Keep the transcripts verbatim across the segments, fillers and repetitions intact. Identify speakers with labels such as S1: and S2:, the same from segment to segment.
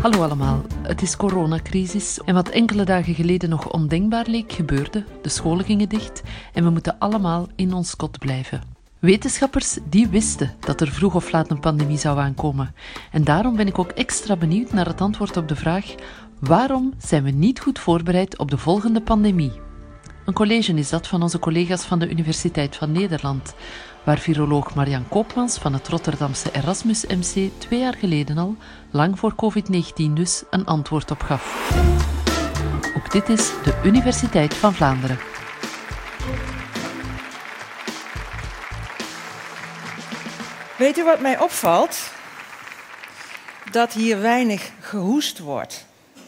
S1: Hallo allemaal, het is coronacrisis en wat enkele dagen geleden nog ondenkbaar leek gebeurde. De scholen gingen dicht en we moeten allemaal in ons kot blijven. Wetenschappers die wisten dat er vroeg of laat een pandemie zou aankomen. En daarom ben ik ook extra benieuwd naar het antwoord op de vraag: waarom zijn we niet goed voorbereid op de volgende pandemie? Een college is dat van onze collega's van de Universiteit van Nederland, waar viroloog Marian Koopmans van het Rotterdamse Erasmus M C twee jaar geleden al, lang voor covid negentien dus, een antwoord op gaf. Ook dit is de Universiteit van Vlaanderen.
S2: Weet u wat mij opvalt? Dat hier weinig gehoest wordt.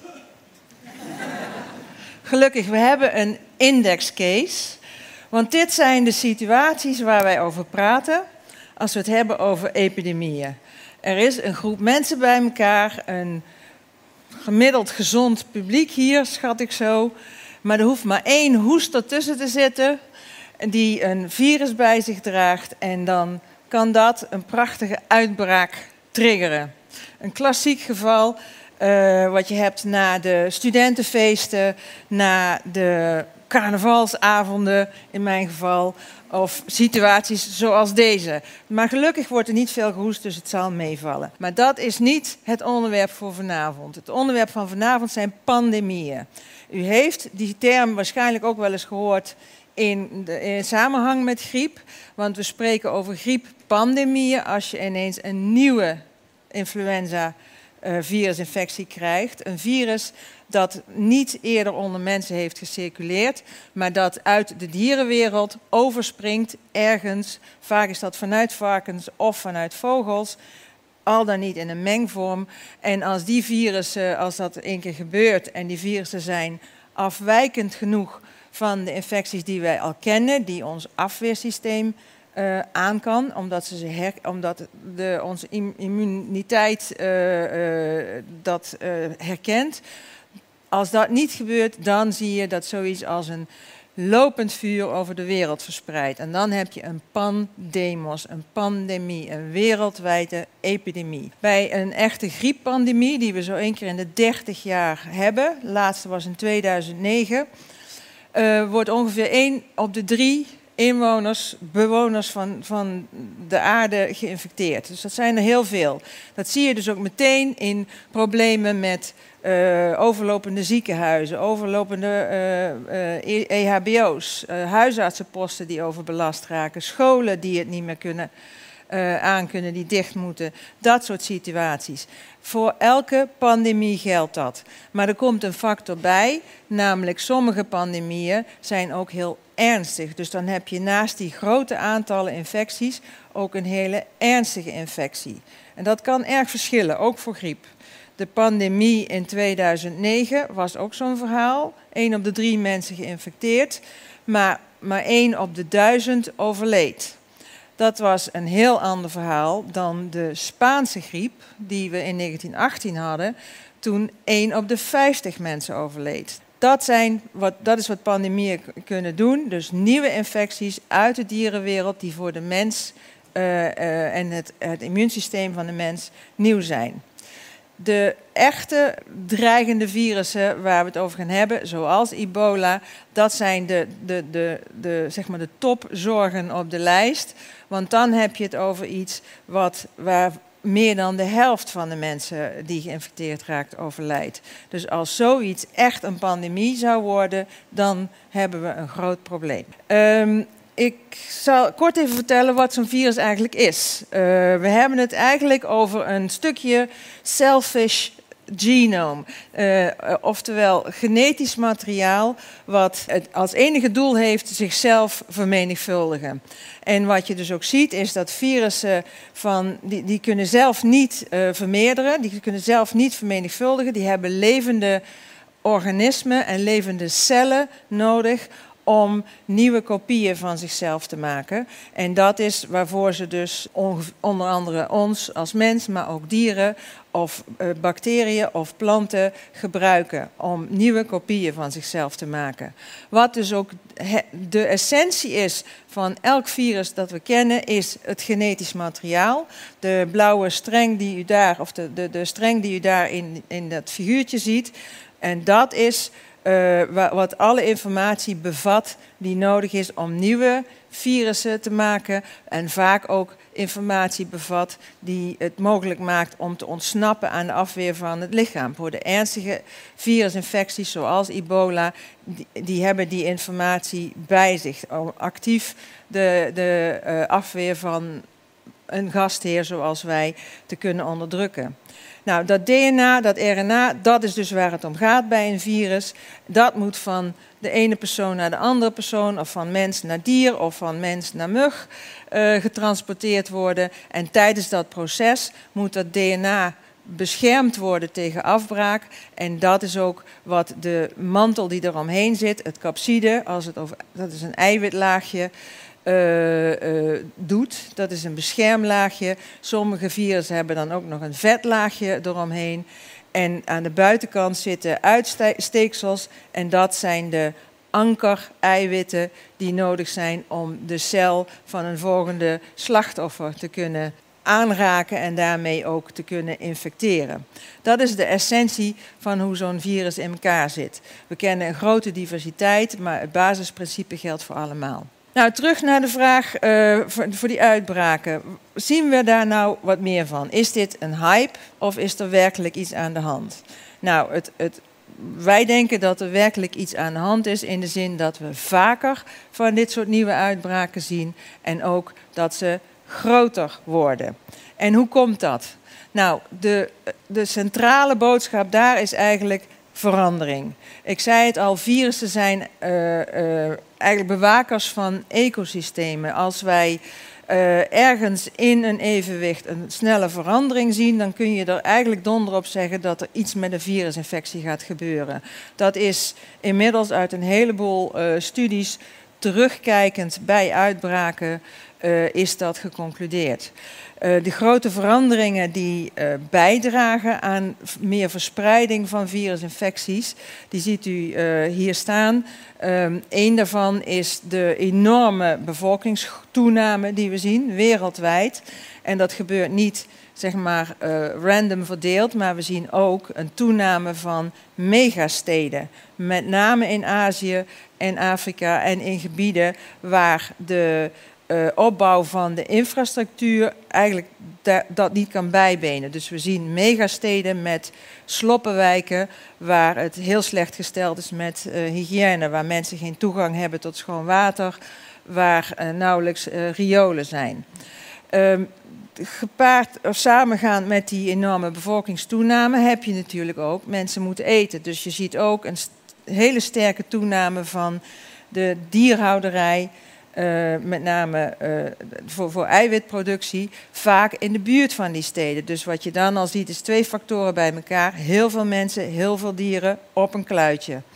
S2: Gelukkig, we hebben een indexcase. Want dit zijn de situaties waar wij over praten als we het hebben over epidemieën. Er is een groep mensen bij elkaar, een gemiddeld gezond publiek hier, schat ik zo. Maar er hoeft maar één hoester tussen te zitten die een virus bij zich draagt en dan kan dat een prachtige uitbraak triggeren. Een klassiek geval uh, wat je hebt na de studentenfeesten, na de carnavalsavonden in mijn geval, of situaties zoals deze. Maar gelukkig wordt er niet veel gehoest, dus het zal meevallen. Maar dat is niet het onderwerp voor vanavond. Het onderwerp van vanavond zijn pandemieën. U heeft die term waarschijnlijk ook wel eens gehoord in, de, in samenhang met griep. Want we spreken over grieppandemieën als je ineens een nieuwe influenza-virusinfectie krijgt. Een virus dat niet eerder onder mensen heeft gecirculeerd, maar dat uit de dierenwereld overspringt ergens. Vaak is dat vanuit varkens of vanuit vogels, al dan niet in een mengvorm. En als die virussen, als dat één keer gebeurt en die virussen zijn afwijkend genoeg van de infecties die wij al kennen, die ons afweersysteem Uh, aan kan, omdat, ze her, omdat de, onze immuniteit uh, uh, dat uh, herkent. Als dat niet gebeurt, dan zie je dat zoiets als een lopend vuur over de wereld verspreidt. En dan heb je een pandemos, een pandemie, een wereldwijde epidemie. Bij een echte grieppandemie, die we zo één keer in de dertig jaar hebben, de laatste was in tweeduizend negen, uh, wordt ongeveer één op de drie inwoners, bewoners van, van de aarde geïnfecteerd. Dus dat zijn er heel veel. Dat zie je dus ook meteen in problemen met uh, overlopende ziekenhuizen, overlopende uh, uh, E H B O's, uh, huisartsenposten die overbelast raken, scholen die het niet meer kunnen uh, aankunnen, die dicht moeten. Dat soort situaties. Voor elke pandemie geldt dat. Maar er komt een factor bij, namelijk sommige pandemieën zijn ook heel ernstig. Dus dan heb je naast die grote aantallen infecties ook een hele ernstige infectie. En dat kan erg verschillen, ook voor griep. De pandemie in tweeduizend negen was ook zo'n verhaal. één op de drie mensen geïnfecteerd, maar maar één op de duizend overleed. Dat was een heel ander verhaal dan de Spaanse griep die we in negentien achttien hadden, toen één op de vijftig mensen overleed. Dat, zijn wat, dat is wat pandemieën kunnen doen. Dus nieuwe infecties uit de dierenwereld die voor de mens uh, uh, en het, het immuunsysteem van de mens nieuw zijn. De echte dreigende virussen waar we het over gaan hebben, zoals ebola, dat zijn de, de, de, de, zeg maar de topzorgen op de lijst. Want dan heb je het over iets wat, waar meer dan de helft van de mensen die geïnfecteerd raakt overlijdt. Dus als zoiets echt een pandemie zou worden, dan hebben we een groot probleem. Um, ik zal kort even vertellen wat zo'n virus eigenlijk is. Uh, we hebben het eigenlijk over een stukje selfish genome. Uh, oftewel genetisch materiaal wat het als enige doel heeft zichzelf vermenigvuldigen. En wat je dus ook ziet is dat virussen van, die, die kunnen zelf niet uh, vermeerderen, die kunnen zelf niet vermenigvuldigen, die hebben levende organismen en levende cellen nodig om nieuwe kopieën van zichzelf te maken. En dat is waarvoor ze dus onder andere ons als mens, maar ook dieren of uh, bacteriën of planten gebruiken om nieuwe kopieën van zichzelf te maken. Wat dus ook de essentie is van elk virus dat we kennen, is het genetisch materiaal. De blauwe streng die u daar, of de, de, de streng die u daar in, in dat figuurtje ziet. En dat is uh, wat alle informatie bevat die nodig is om nieuwe virussen te maken. En vaak ook informatie bevat die het mogelijk maakt om te ontsnappen aan de afweer van het lichaam. Voor de ernstige virusinfecties zoals ebola, die, die hebben die informatie bij zich. Om actief de, de uh, afweer van een gastheer zoals wij te kunnen onderdrukken. Nou, dat D N A, dat R N A, dat is dus waar het om gaat bij een virus. Dat moet van de ene persoon naar de andere persoon, of van mens naar dier, of van mens naar mug uh, getransporteerd worden. En tijdens dat proces moet dat D N A beschermd worden tegen afbraak. En dat is ook wat de mantel die eromheen zit, het capside, als het over, dat is een eiwitlaagje, Uh, uh, doet. Dat is een beschermlaagje. Sommige virussen hebben dan ook nog een vetlaagje eromheen. En aan de buitenkant zitten uitsteeksels. En dat zijn de anker-eiwitten die nodig zijn om de cel van een volgende slachtoffer te kunnen aanraken en daarmee ook te kunnen infecteren. Dat is de essentie van hoe zo'n virus in elkaar zit. We kennen een grote diversiteit, maar het basisprincipe geldt voor allemaal. Nou, terug naar de vraag uh, voor, voor die uitbraken. Zien we daar nou wat meer van? Is dit een hype of is er werkelijk iets aan de hand? Nou, het, het, wij denken dat er werkelijk iets aan de hand is in de zin dat we vaker van dit soort nieuwe uitbraken zien en ook dat ze groter worden. En hoe komt dat? Nou, de, de centrale boodschap daar is eigenlijk verandering. Ik zei het al, virussen zijn uh, uh, eigenlijk bewakers van ecosystemen. Als wij uh, ergens in een evenwicht een snelle verandering zien, dan kun je er eigenlijk donder op zeggen dat er iets met een virusinfectie gaat gebeuren. Dat is inmiddels uit een heleboel uh, studies terugkijkend bij uitbraken uh, is dat geconcludeerd. Uh, de grote veranderingen die uh, bijdragen aan meer verspreiding van virusinfecties, die ziet u uh, hier staan. Um, Eén daarvan is de enorme bevolkingstoename die we zien, wereldwijd. En dat gebeurt niet, zeg maar, uh, random verdeeld, maar we zien ook een toename van megasteden. Met name in Azië en Afrika en in gebieden waar de Uh, opbouw van de infrastructuur eigenlijk da- dat niet kan bijbenen. Dus we zien megasteden met sloppenwijken waar het heel slecht gesteld is met uh, hygiëne, waar mensen geen toegang hebben tot schoon water, waar uh, nauwelijks uh, riolen zijn. Uh, gepaard of samengaand met die enorme bevolkingstoename heb je natuurlijk ook mensen moeten eten. Dus je ziet ook een st- hele sterke toename van de dierhouderij. Uh, met name uh, voor, voor eiwitproductie, vaak in de buurt van die steden. Dus wat je dan al ziet is twee factoren bij elkaar. Heel veel mensen, heel veel dieren op een kluitje. Uh,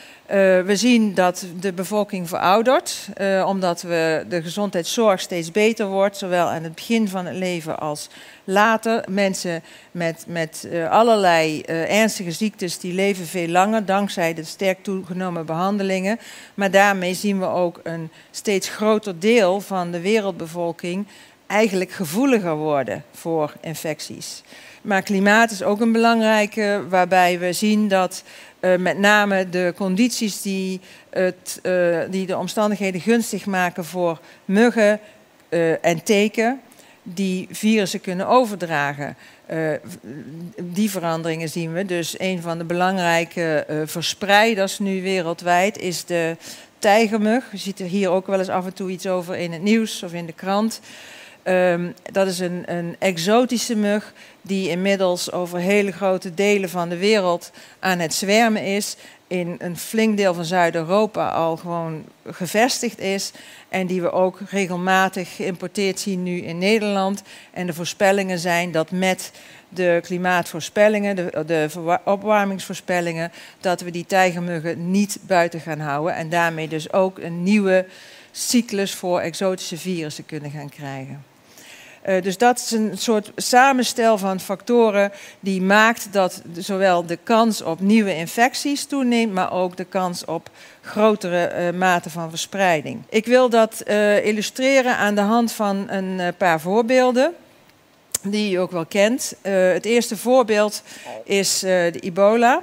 S2: we zien dat de bevolking veroudert, uh, omdat we de gezondheidszorg steeds beter wordt, zowel aan het begin van het leven als later. Mensen met, met uh, allerlei uh, ernstige ziektes die leven veel langer dankzij de sterk toegenomen behandelingen. Maar daarmee zien we ook een steeds groter deel van de wereldbevolking eigenlijk gevoeliger worden voor infecties. Maar klimaat is ook een belangrijke, waarbij we zien dat uh, met name de condities die, het, uh, die de omstandigheden gunstig maken voor muggen uh, en teken, die virussen kunnen overdragen. Uh, die veranderingen zien we. Dus een van de belangrijke uh, verspreiders nu wereldwijd is de tijgermug. Je ziet er hier ook wel eens af en toe iets over in het nieuws of in de krant. Um, dat is een, een exotische mug die inmiddels over hele grote delen van de wereld aan het zwermen is. in een flink deel van Zuid-Europa al gewoon gevestigd is en die we ook regelmatig geïmporteerd zien nu in Nederland. En de voorspellingen zijn dat met de klimaatvoorspellingen, de, de opwarmingsvoorspellingen, dat we die tijgermuggen niet buiten gaan houden en daarmee dus ook een nieuwe cyclus voor exotische virussen kunnen gaan krijgen. Uh, dus dat is een soort samenstel van factoren die maakt dat zowel de kans op nieuwe infecties toeneemt, maar ook de kans op grotere uh, mate van verspreiding. Ik wil dat uh, illustreren aan de hand van een uh, paar voorbeelden die u ook wel kent. Uh, het eerste voorbeeld is uh, de ebola.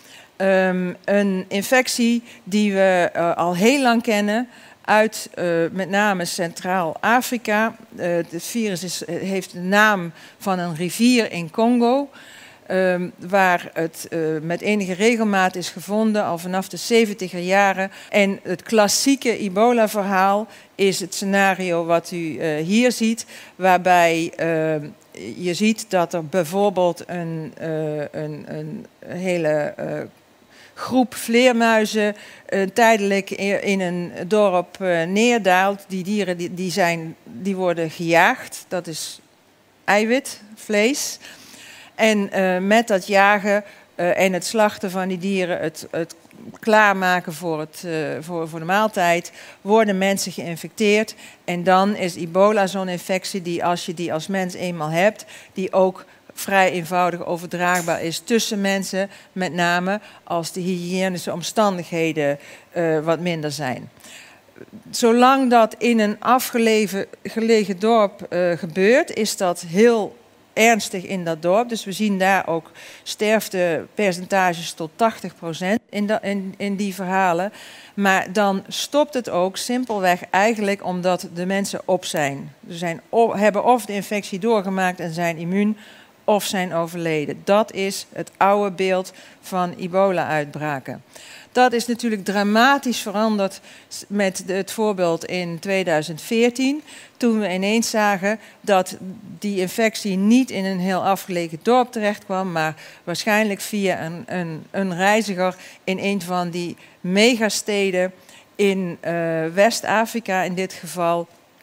S2: Um, een infectie die we uh, al heel lang kennen uit uh, met name Centraal-Afrika. Uh, het virus is, heeft de naam van een rivier in Congo, um, waar het uh, met enige regelmaat is gevonden, al vanaf de zeventiger jaren. En het klassieke ebola-verhaal is het scenario wat u uh, hier ziet, waarbij uh, je ziet dat er bijvoorbeeld een, uh, een, een hele uh, groep vleermuizen uh, tijdelijk in een dorp uh, neerdaalt. Die dieren die, die, zijn, die worden gejaagd. Dat is eiwit, vlees. En uh, met dat jagen uh, en het slachten van die dieren, het, het klaarmaken voor, het, uh, voor, voor de maaltijd, worden mensen geïnfecteerd. En dan is ebola zo'n infectie die, als je die als mens eenmaal hebt, die ook vrij eenvoudig overdraagbaar is tussen mensen, met name als de hygiënische omstandigheden uh, wat minder zijn. Zolang dat in een afgelegen gelegen dorp uh, gebeurt, is dat heel ernstig in dat dorp. Dus we zien daar ook sterftepercentages tot tachtig procent in, in, in die verhalen. Maar dan stopt het ook simpelweg eigenlijk omdat de mensen op zijn. Ze zijn, hebben of de infectie doorgemaakt en zijn immuun, of zijn overleden. Dat is het oude beeld van ebola-uitbraken. Dat is natuurlijk dramatisch veranderd met het voorbeeld in tweeduizend veertien... toen we ineens zagen dat die infectie niet in een heel afgelegen dorp terecht kwam, maar waarschijnlijk via een, een, een reiziger in een van die megasteden in uh, West-Afrika in dit geval.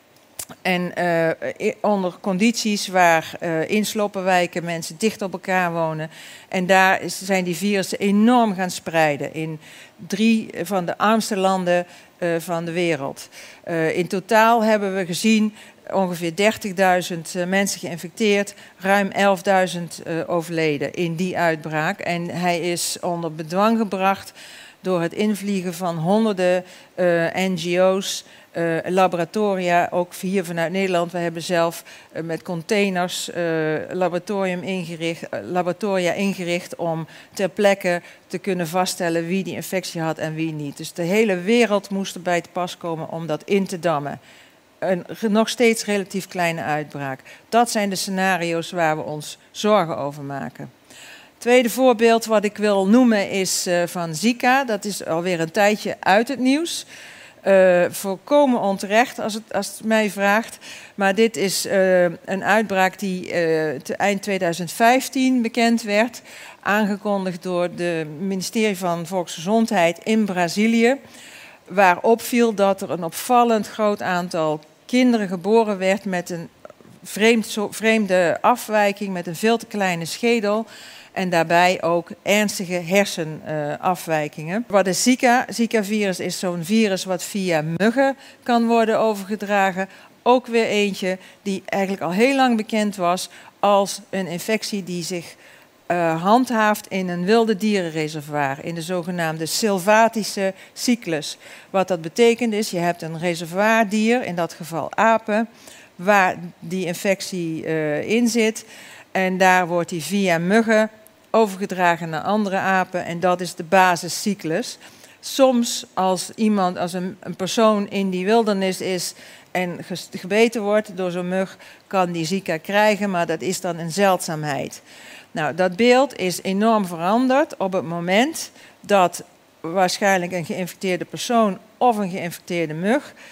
S2: En uh, onder condities waar uh, in sloppenwijken mensen dicht op elkaar wonen. En daar is, zijn die virussen enorm gaan spreiden in drie van de armste landen uh, van de wereld. Uh, in totaal hebben we gezien ongeveer dertigduizend uh, mensen geïnfecteerd, ruim elfduizend uh, overleden in die uitbraak. En hij is onder bedwang gebracht door het invliegen van honderden uh, N G O's, uh, laboratoria, ook hier vanuit Nederland. We hebben zelf uh, met containers uh, laboratorium ingericht, uh, laboratoria ingericht om ter plekke te kunnen vaststellen wie die infectie had en wie niet. Dus de hele wereld moest erbij te pas komen om dat in te dammen. Een nog steeds relatief kleine uitbraak. Dat zijn de scenario's waar we ons zorgen over maken. Tweede voorbeeld wat ik wil noemen is uh, van Zika. Dat is alweer een tijdje uit het nieuws. Uh, volkomen onterecht als het, als het mij vraagt. Maar dit is uh, een uitbraak die uh, te eind tweeduizend vijftien bekend werd. Aangekondigd door het ministerie van Volksgezondheid in Brazilië. Waar opviel dat er een opvallend groot aantal kinderen geboren werd met een vreemd, vreemde afwijking, met een veel te kleine schedel. En daarbij ook ernstige hersenafwijkingen. Uh, wat is Zika? Zika-virus is zo'n virus wat via muggen kan worden overgedragen. Ook weer eentje die eigenlijk al heel lang bekend was als een infectie die zich uh, handhaaft in een wilde dierenreservoir. In de zogenaamde sylvatische cyclus. Wat dat betekent is, je hebt een reservoirdier, in dat geval apen, waar die infectie uh, in zit. En daar wordt die via muggen overgedragen naar andere apen en dat is de basiscyclus. Soms als iemand, als een, een persoon in die wildernis is en gebeten wordt door zo'n mug, kan die Zika krijgen, maar dat is dan een zeldzaamheid. Nou, dat beeld is enorm veranderd op het moment dat waarschijnlijk een geïnfecteerde persoon of een geïnfecteerde mug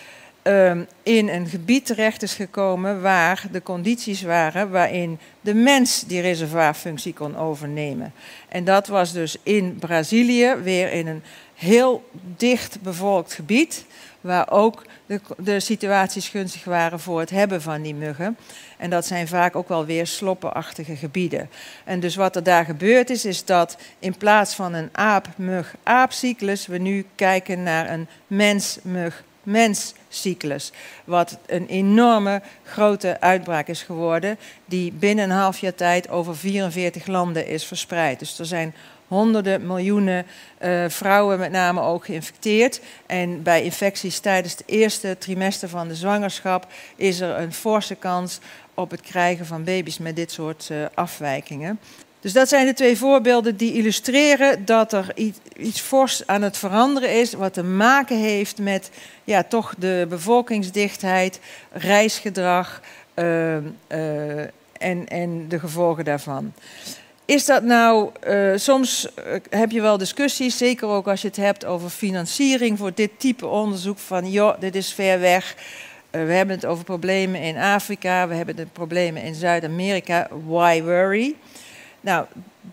S2: um, in een gebied terecht is gekomen waar de condities waren waarin de mens die reservoirfunctie kon overnemen. En dat was dus in Brazilië, weer in een heel dicht bevolkt gebied, waar ook de, de situaties gunstig waren voor het hebben van die muggen. En dat zijn vaak ook wel weer sloppenachtige gebieden. En dus wat er daar gebeurd is, is dat in plaats van een aap-mug-aap-cyclus, we nu kijken naar een mens-mug-mens-cyclus. Wat een enorme grote uitbraak is geworden, die binnen een half jaar tijd over vierenveertig landen is verspreid. Dus er zijn honderden miljoenen uh, vrouwen met name ook geïnfecteerd. En bij infecties tijdens het eerste trimester van de zwangerschap is er een forse kans op het krijgen van baby's met dit soort uh, afwijkingen. Dus dat zijn de twee voorbeelden die illustreren dat er iets, iets fors aan het veranderen is, wat te maken heeft met ja, toch de bevolkingsdichtheid, reisgedrag uh, uh, en, en de gevolgen daarvan. Is dat nou, uh, soms uh, heb je wel discussies, zeker ook als je het hebt over financiering voor dit type onderzoek, van joh, dit is ver weg. Uh, we hebben het over problemen in Afrika, we hebben de problemen in Zuid-Amerika, why worry? Nou,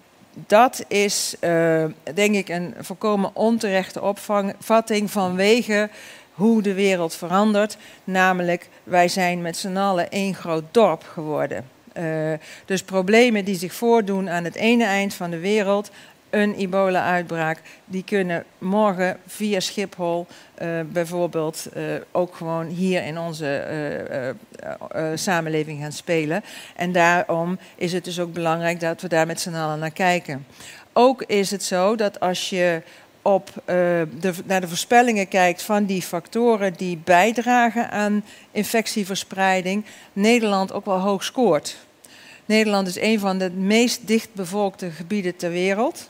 S2: dat is uh, denk ik een volkomen onterechte opvatting vanwege hoe de wereld verandert. Namelijk, wij zijn met z'n allen één groot dorp geworden. Uh, dus problemen die zich voordoen aan het ene eind van de wereld, een ebola-uitbraak, die kunnen morgen via Schiphol uh, bijvoorbeeld uh, ook gewoon hier in onze uh, uh, uh, samenleving gaan spelen. En daarom is het dus ook belangrijk dat we daar met z'n allen naar kijken. Ook is het zo dat als je op, uh, de, naar de voorspellingen kijkt van die factoren die bijdragen aan infectieverspreiding, Nederland ook wel hoog scoort. Nederland is een van de meest dichtbevolkte gebieden ter wereld.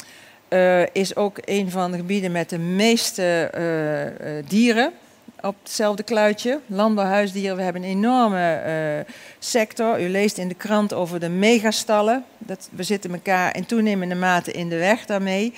S2: Uh, is ook een van de gebieden met de meeste uh, uh, dieren op hetzelfde kluitje. Landbouwhuisdieren, we hebben een enorme uh, sector. U leest in de krant over de megastallen. Dat, we zitten elkaar in toenemende mate in de weg daarmee.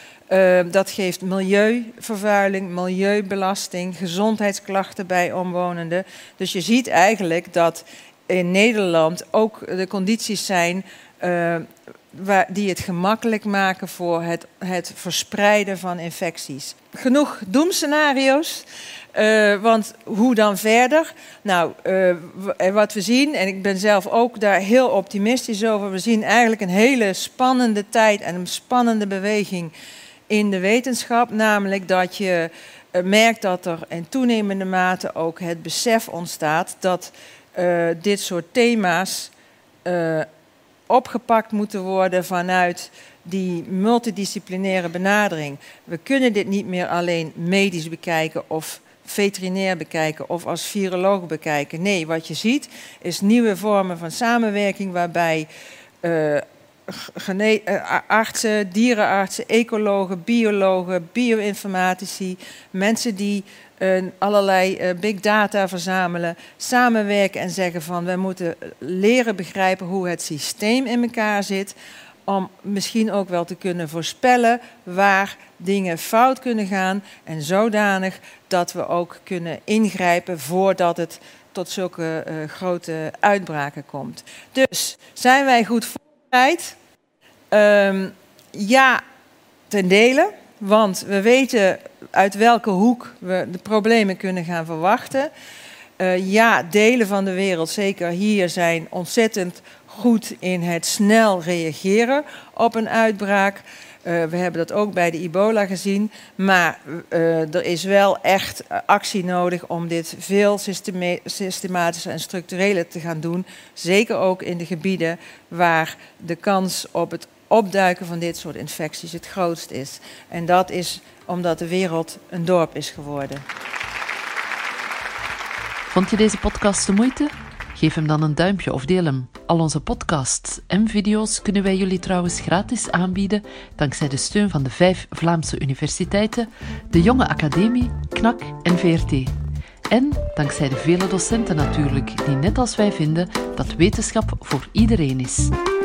S2: Uh, dat geeft milieuvervuiling, milieubelasting, gezondheidsklachten bij omwonenden. Dus je ziet eigenlijk dat in Nederland ook de condities zijn uh, waar, die het gemakkelijk maken voor het, het verspreiden van infecties. Genoeg doemscenario's, uh, want hoe dan verder? Nou, uh, wat we zien, en ik ben zelf ook daar heel optimistisch over, we zien eigenlijk een hele spannende tijd en een spannende beweging in de wetenschap, namelijk dat je uh, merkt dat er in toenemende mate ook het besef ontstaat dat uh, dit soort thema's uh, opgepakt moeten worden vanuit die multidisciplinaire benadering. We kunnen dit niet meer alleen medisch bekijken of veterinair bekijken of als viroloog bekijken. Nee, wat je ziet is nieuwe vormen van samenwerking waarbij uh, Gene- artsen, dierenartsen, ecologen, biologen, bio-informatici, mensen die uh, allerlei uh, big data verzamelen, samenwerken en zeggen van we moeten leren begrijpen hoe het systeem in elkaar zit, om misschien ook wel te kunnen voorspellen waar dingen fout kunnen gaan en zodanig dat we ook kunnen ingrijpen voordat het tot zulke uh, grote uitbraken komt. Dus zijn wij goed voorbereid? Um, ja, ten dele, want we weten uit welke hoek we de problemen kunnen gaan verwachten. Uh, ja, delen van de wereld, zeker hier, zijn ontzettend goed in het snel reageren op een uitbraak. Uh, we hebben dat ook bij de ebola gezien, maar uh, er is wel echt actie nodig om dit veel systema- systematischer en structureler te gaan doen. Zeker ook in de gebieden waar de kans op het opduiken van dit soort infecties het grootst is. En dat is omdat de wereld een dorp is geworden.
S1: Vond je deze podcast de moeite? Geef hem dan een duimpje of deel hem. Al onze podcasts en video's kunnen wij jullie trouwens gratis aanbieden dankzij de steun van de vijf Vlaamse universiteiten, de Jonge Academie, K N A K en V R T. En dankzij de vele docenten natuurlijk, die net als wij vinden dat wetenschap voor iedereen is.